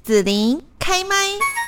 子琳开麦。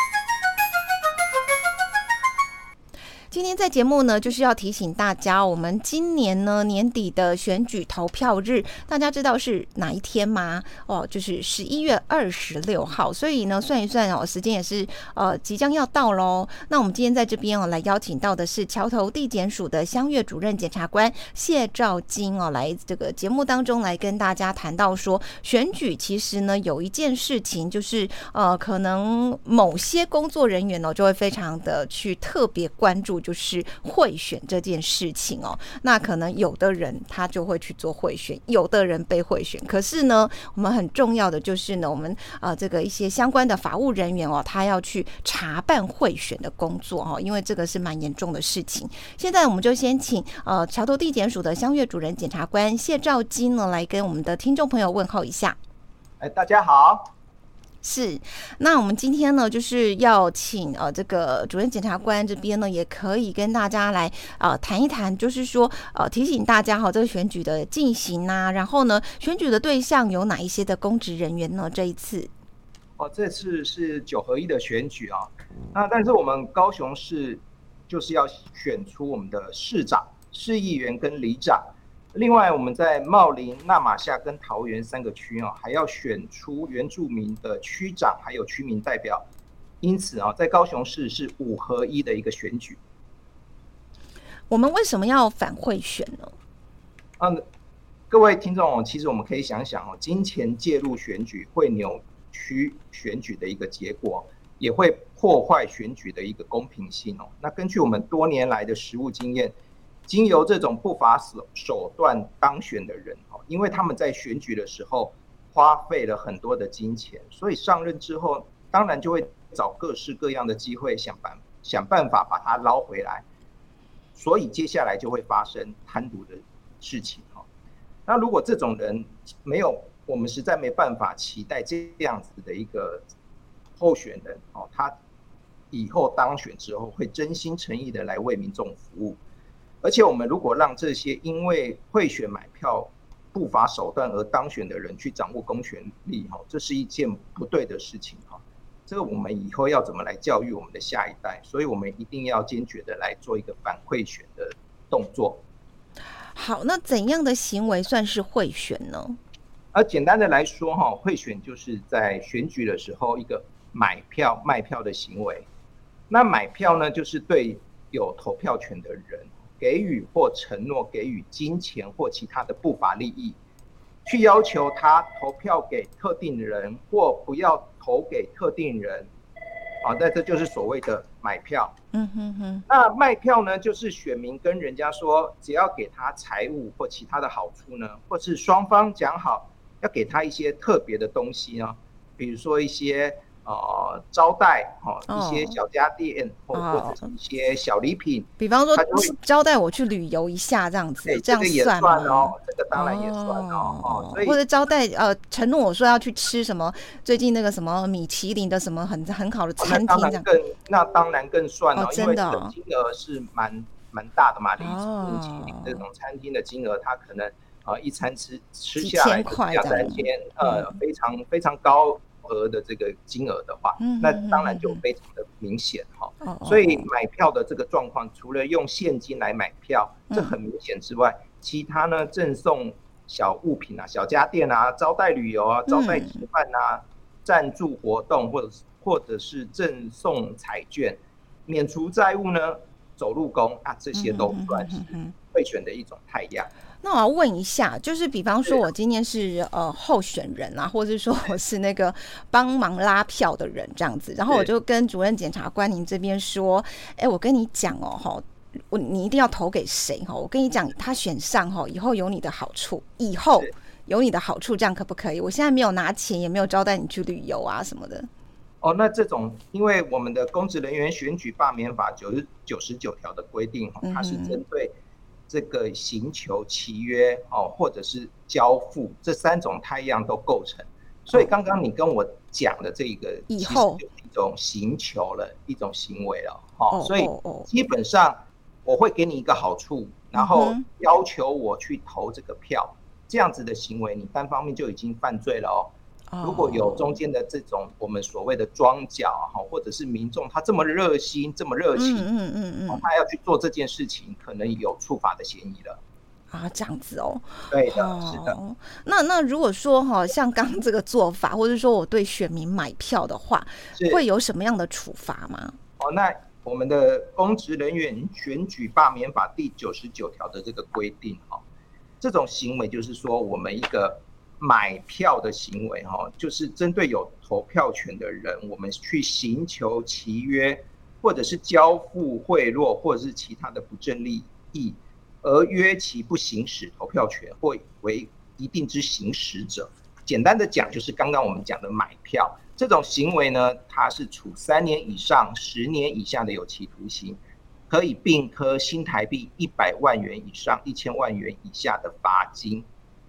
今天在节目呢，就是要提醒大家，我们今年呢年底的选举投票日，大家知道是哪一天吗？就是11月26号，所以呢算一算时间也是即将要到喽。那我们今天在这边来邀请到的是桥头地检署的乡岳主任检察官谢兆金来这个节目当中来跟大家谈到说，选举其实呢有一件事情就是可能某些工作人员就会非常的去特别关注。就是贿选这件事情那可能有的人他就会去做贿选，有的人被贿选。可是呢，我们很重要的就是呢，我们这个一些相关的法务人员他要去查办贿选的工作因为这个是蛮严重的事情。现在我们就先请桥头地检署的乡岳主任检察官谢兆金呢来跟我们的听众朋友问候一下。 大家好。 是，那我们今天呢，就是要请这个主任检察官这边呢，也可以跟大家来谈一谈，就是说提醒大家这个选举的进行啊，然后呢，选举的对象有哪一些的公职人员呢？这一次这次是9合1的选举那但是我们高雄市就是要选出我们的市长、市议员跟里长。另外，我们在茂林、那玛夏跟桃园3个区还要选出原住民的区长，还有区民代表。因此在高雄市是5合1的一个选举。 我们为什么要反贿选呢？ 各位听众，其实我们可以想想金钱介入选举会扭曲选举的一个结果，也会破坏选举的一个公平性那根据我们多年来的实务经验，经由这种不法手段当选的人因为他们在选举的时候花费了很多的金钱，所以上任之后当然就会找各式各样的机会想办法把它捞回来，所以接下来就会发生贪渎的事情那如果这种人我们实在没办法期待这样子的一个候选人他以后当选之后会真心诚意的来为民众服务。而且我们如果让这些因为贿选买票不法手段而当选的人去掌握公权力这是一件不对的事情这个我们以后要怎么来教育我们的下一代？所以我们一定要坚决的来做一个反贿选的动作。 好，那怎样的行为算是贿选呢？ 简单的来说贿选就是在选举的时候一个买票卖票的行为。那买票呢，就是对有投票权的人给予或承诺给予金钱或其他的不法利益，去要求他投票给特定人或不要投给特定人那这就是所谓的买票。那卖票呢，就是选民跟人家说只要给他财物或其他的好处呢，或是双方讲好要给他一些特别的东西呢，比如说一些招待一些小家电或者是一些小礼品， 比方说招待我去旅游一下这样子，这样算吗？ 这个当然也算所以或者招待承诺我说要去吃什么最近那个什么米其林的什么很好的餐厅这样， 那当然更算真的因为这个金额是蛮大的嘛。米其林这种餐厅的金额，它可能一餐吃下来2-3千，非常高额的这个金额的话，那当然就非常的明显所以买票的这个状况，除了用现金来买票，这很明显之外，其他呢赠送小物品小家电招待旅游招待吃饭赞助活动，或者是赠送彩券，免除债务呢，走路工这些都算是贿选的一种态样。 那我要问一下，就是比方说我今天是候选人或者说我是那个帮忙拉票的人这样子，然后我就跟主任检察官您这边说，我跟你讲你一定要投给谁我跟你讲，他选上以后有你的好处，以后有你的好处，这样可不可以？我现在没有拿钱，也没有招待你去旅游什么的。 那这种因为我们的公职人员选举罢免法99条的规定它是针对这个刑求、契约或者是交付这3种态样都构成，所以刚刚你跟我讲的这个以后就是一种刑求了，一种行为了所以基本上我会给你一个好处，然后要求我去投这个票，这样子的行为你单方面就已经犯罪了如果有中间的这种我们所谓的庄脚或者是民众他这么热心这么热情，他要去做这件事情，可能有触法的嫌疑了。 这样子哦。 对的，是的。 那如果说像刚刚这个做法，或者说我对选民买票的话，会有什么样的处罚吗？ 那我们的公职人员选举罢免法第99条的这个规定，这种行为就是说，我们一个买票的行为，就是针对有投票权的人，我们去寻求契约，或者是交付贿赂，或者是其他的不正利益，而约其不行使投票权，或为一定之行使者。简单的讲，就是刚刚我们讲的买票这种行为呢，它是处3年以上10年以下的有期徒刑，可以并科新台币100万元以上1000万元以下的罚金。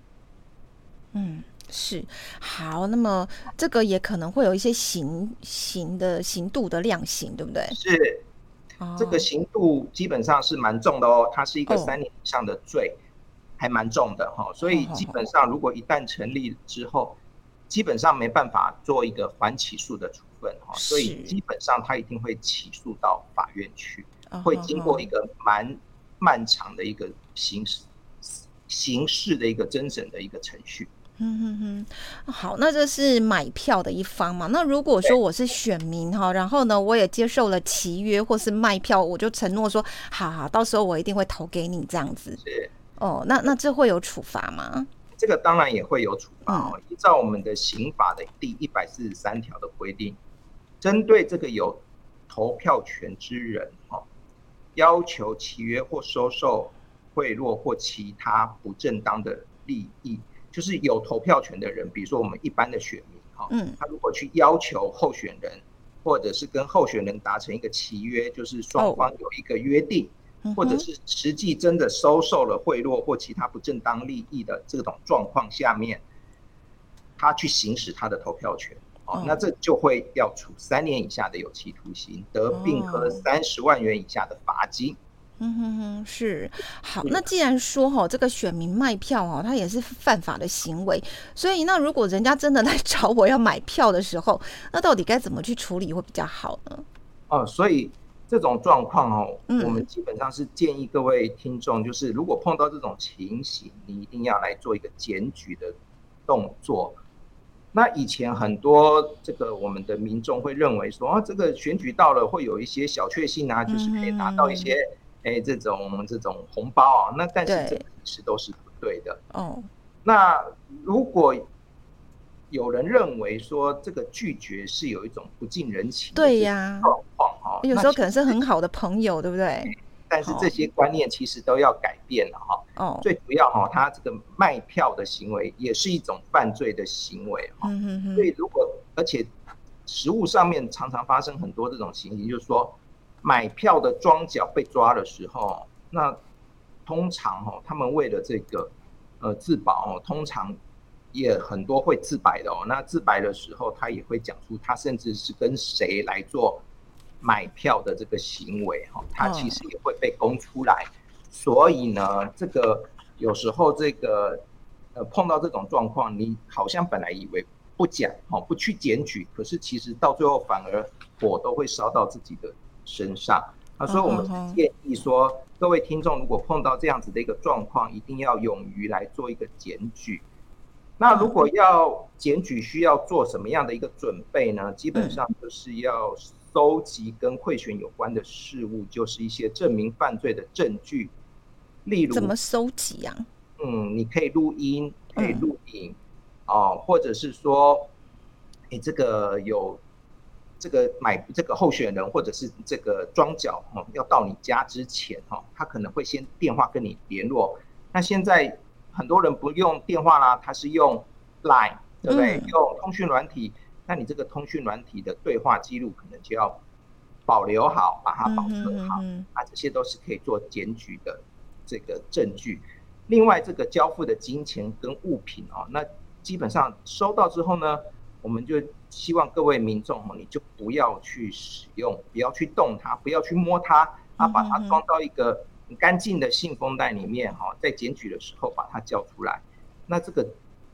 是。好，那么这个也可能会有一些刑度的量刑，对不对？ 是，这个刑度基本上是蛮重的哦，它是一个3年以上的罪，还蛮重的所以基本上如果一旦成立之后，基本上没办法做一个缓起诉的处分所以基本上他一定会起诉到法院去，会经过一个蛮漫长的一个刑事的一个侦审的一个程序。 好，那这是买票的一方嘛？那如果说我是选民然后呢，我也接受了契约或是卖票，我就承诺说，好，到时候我一定会投给你这样子。 是。 那这会有处罚吗？ 这个当然也会有处罚依照我们的刑法的第143条的规定，针对这个有投票权之人要求契约或收受贿赂或其他不正当的利益，就是有投票权的人，比如说我们一般的选民他如果去要求候选人，或者是跟候选人达成一个契约，就是双方有一个约定，或者是实际真的收受了贿赂或其他不正当利益的这种状况下面，他去行使他的投票权那这就会要处3年以下的有期徒刑，得并科30万元以下的罚金。 是。好，那既然说这个选民卖票它也是犯法的行为，所以那如果人家真的来找我要买票的时候，那到底该怎么去处理会比较好呢？ 所以这种状况我们基本上是建议各位听众，就是如果碰到这种情形，你一定要来做一个检举的动作。那以前很多这个我们的民众会认为说这个选举到了会有一些小确幸就是可以拿到一些这种红包那但是这个其实都是不对的那如果有人认为说这个拒绝是有一种不近人情的状况有时候可能是很好的朋友，对不对？ 但是这些观念其实都要改变了最主要他这个卖票的行为也是一种犯罪的行为所以而且实务上面常常发生很多这种情形，就是说买票的庄脚被抓的时候，那通常他们为了这个自保通常也很多会自白的那自白的时候，他也会讲出他甚至是跟谁来做买票的这个行为他其实也会被供出来所以呢，这个有时候这个碰到这种状况，你好像本来以为不讲不去检举，可是其实到最后反而火都会烧到自己的身上所以我们是建议说，各位听众如果碰到这样子的一个状况，一定要勇于来做一个检举。那如果要检举，需要做什么样的一个准备呢？基本上就是要搜集跟贿选有关的事物，就是一些证明犯罪的证据。例如怎么搜集啊？ 你可以录音，可以录影或者是说这个有这个买这个候选人或者是这个庄脚要到你家之前他可能会先电话跟你联络。那现在很多人不用电话啦，他是用 LINE 对不对用通讯软体，那你这个通讯软体的对话记录可能就要保留好，把它保存好这些都是可以做检举的这个证据。另外这个交付的金钱跟物品那基本上收到之后呢，我们就希望各位民众你就不要去使用，不要去动它，不要去摸它把它装到一个很干净的信封袋里面在检举的时候把它交出来。那这个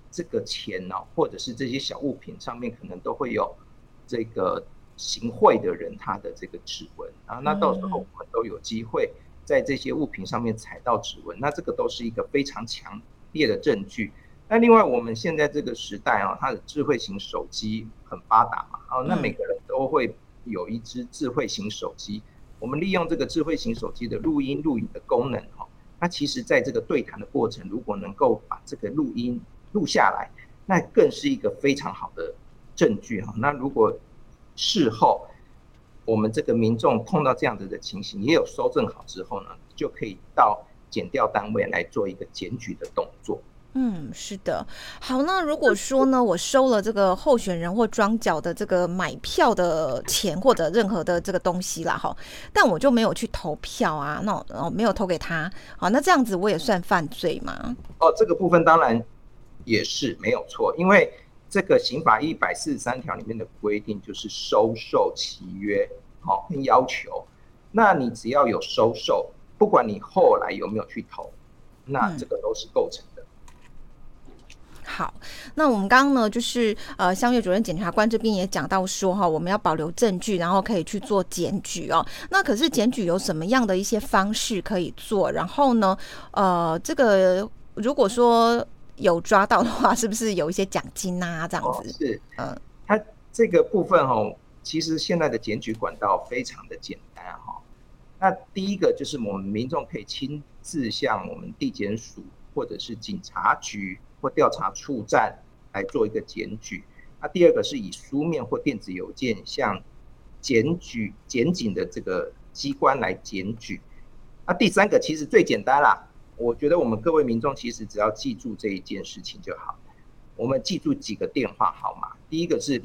这个钱或者是这些小物品上面可能都会有这个行贿的人他的这个指纹啊，那到时候我们都有机会在这些物品上面采到指纹，那这个都是一个非常强烈的证据。那另外我们现在这个时代它的智慧型手机很发达嘛，那每个人都会有一只智慧型手机，我们利用这个智慧型手机的录音录影的功能那其实在这个对谈的过程，如果能够把这个录音录下来，那更是一个非常好的证据那如果事后我们这个民众碰到这样子的情形，也有搜证好之后呢，就可以到检调单位来做一个检举的动作。 是的。好，那如果说呢，我收了这个候选人或庄脚的这个买票的钱或者任何的这个东西啦，但我就没有去投票啊，那没有投给他，好，那这样子我也算犯罪吗？ 这个部分当然也是没有错，因为这个刑法143条里面的规定就是收受契约跟要求，那你只要有收受，不管你后来有没有去投，那这个都是构成的。 好，那我们刚刚呢，就是香月主任检察官这边也讲到说我们要保留证据，然后可以去做检举那可是检举有什么样的一些方式可以做？然后呢，这个如果说有抓到的话，是不是有一些奖金啊？这样子？ 是，它这个部分其实现在的检举管道非常的简单那第一个就是我们民众可以亲自向我们地检署或者是警察局或调查处站来做一个检举。那第二个是以书面或电子邮件向检警的这个机关来检举。那第三个其实最简单啦，我觉得我们各位民众其实只要记住这一件事情就好。我们记住几个电话号码，第一个是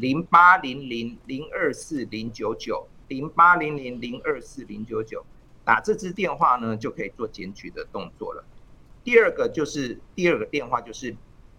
0800024099，0800024099，打这支电话呢就可以做检举的动作了。第二个电话就是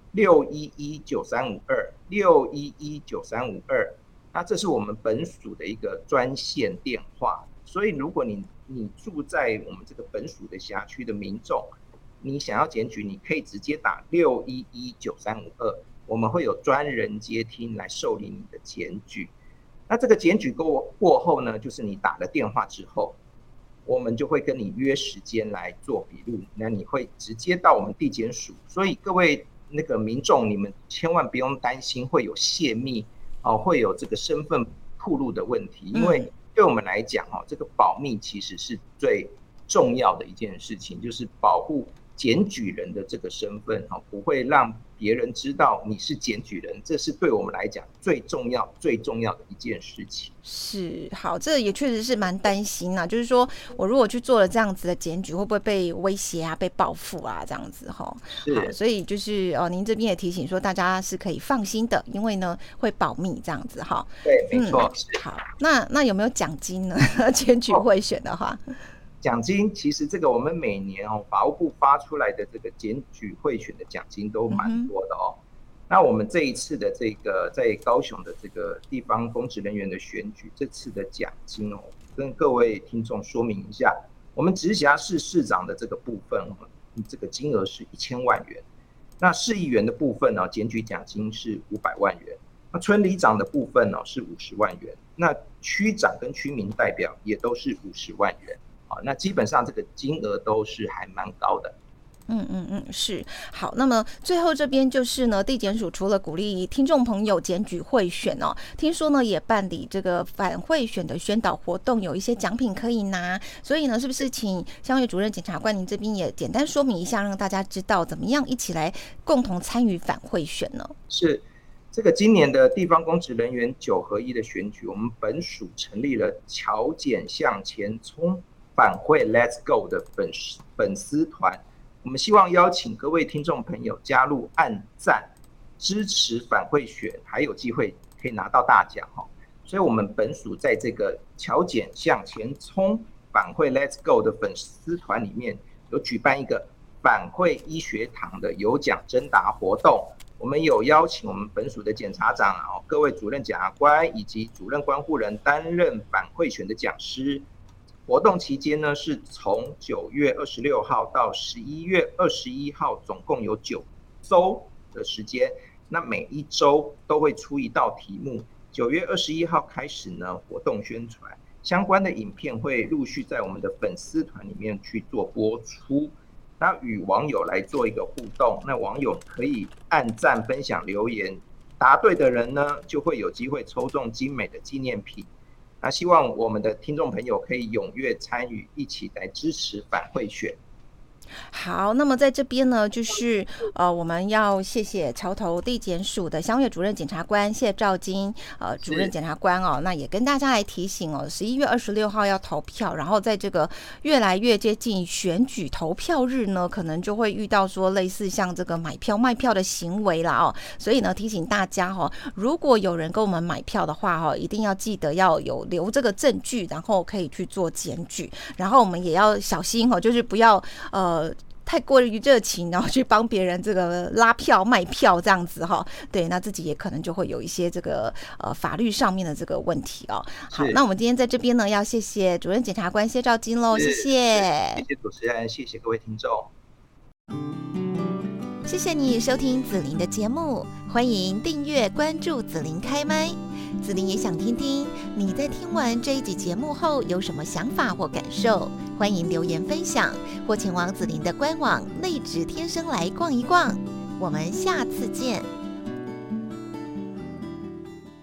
6119352，6119352，那这是我们本署的一个专线电话。所以如果你住在我们这个本署的辖区的民众，你想要检举，你可以直接打6119352，我们会有专人接听来受理你的检举。那这个检举过后呢，就是你打了电话之后，我们就会跟你约时间来做笔录，那你会直接到我们地检署。所以各位那个民众，你们千万不用担心会有泄密会有这个身份暴露的问题，因为对我们来讲这个保密其实是最重要的一件事情，就是保护检举人的这个身份不会让别人知道你是检举人，这是对我们来讲最重要的一件事情。 是，好，这也确实是蛮担心啊，就是说我如果去做了这样子的检举，会不会被威胁啊、被报复啊这样子好，所以就是您这边也提醒说大家是可以放心的，因为呢会保密这样子哈。 对，没错。 好，那有没有奖金呢？检举贿选的话， 奖金其实这个我们每年法务部发出来的这个检举贿选的奖金都蛮多的那我们这一次的这个在高雄的这个地方公职人员的选举，这次的奖金跟各位听众说明一下，我们直辖市市长的这个部分这个金额是1000万元，那市议员的部分检举奖金是500万元，那村里长的部分是50万元，那区长跟区民代表也都是50万元。那基本上这个金额都是还蛮高的。 是。好，那么最后这边就是呢，地检署除了鼓励听众朋友检举贿选听说呢也办理这个反贿选的宣导活动，有一些奖品可以拿，所以呢是不是请香月主任检察官您这边也简单说明一下，让大家知道怎么样一起来共同参与反贿选呢？ 是，这个今年的地方公职人员9合1的选举，我们本署成立了侨检向前冲反贿 Let's Go 的粉丝团，我们希望邀请各位听众朋友加入按赞支持反贿选，还有机会可以拿到大奖所以我们本署在这个侨检向前冲反贿 Let's Go 的粉丝团里面，有举办一个反贿医学堂的有奖征答活动，我们有邀请我们本署的检察长各位主任检察官以及主任观护人担任反贿选的讲师。活动期间呢，是从9月26号到11月21号，总共有9周的时间，那每一周都会出一道题目。9月21号开始呢，活动宣传相关的影片会陆续在我们的粉丝团里面去做播出，那与网友来做一个互动。那网友可以按赞、分享、留言，答对的人呢就会有机会抽中精美的纪念品。那希望我们的听众朋友可以踊跃参与，一起来支持反贿选。 好，那么在这边呢，就是我们要谢谢桥头地检署的乡岳主任检察官谢兆金主任检察官哦，那也跟大家来提醒哦，11月26号要投票，然后在这个越来越接近选举投票日呢，可能就会遇到说类似像这个买票卖票的行为啦哦，所以呢提醒大家哦，如果有人跟我们买票的话哦，一定要记得要有留这个证据，然后可以去做检举，然后我们也要小心哦，就是不要太过于热情，然后去帮别人这个拉票卖票这样子哈，对，那自己也可能就会有一些这个法律上面的这个问题哦。好，那我们今天在这边呢，要谢谢主任检察官谢兆金喽，谢谢， 谢谢主持人，谢谢各位听众。 谢谢你收听子琳的节目，欢迎订阅关注子琳开麦。子琳也想听听你在听完这一集节目后有什么想法或感受，欢迎留言分享，或前往子琳的官网内指天生来逛一逛。我们下次见。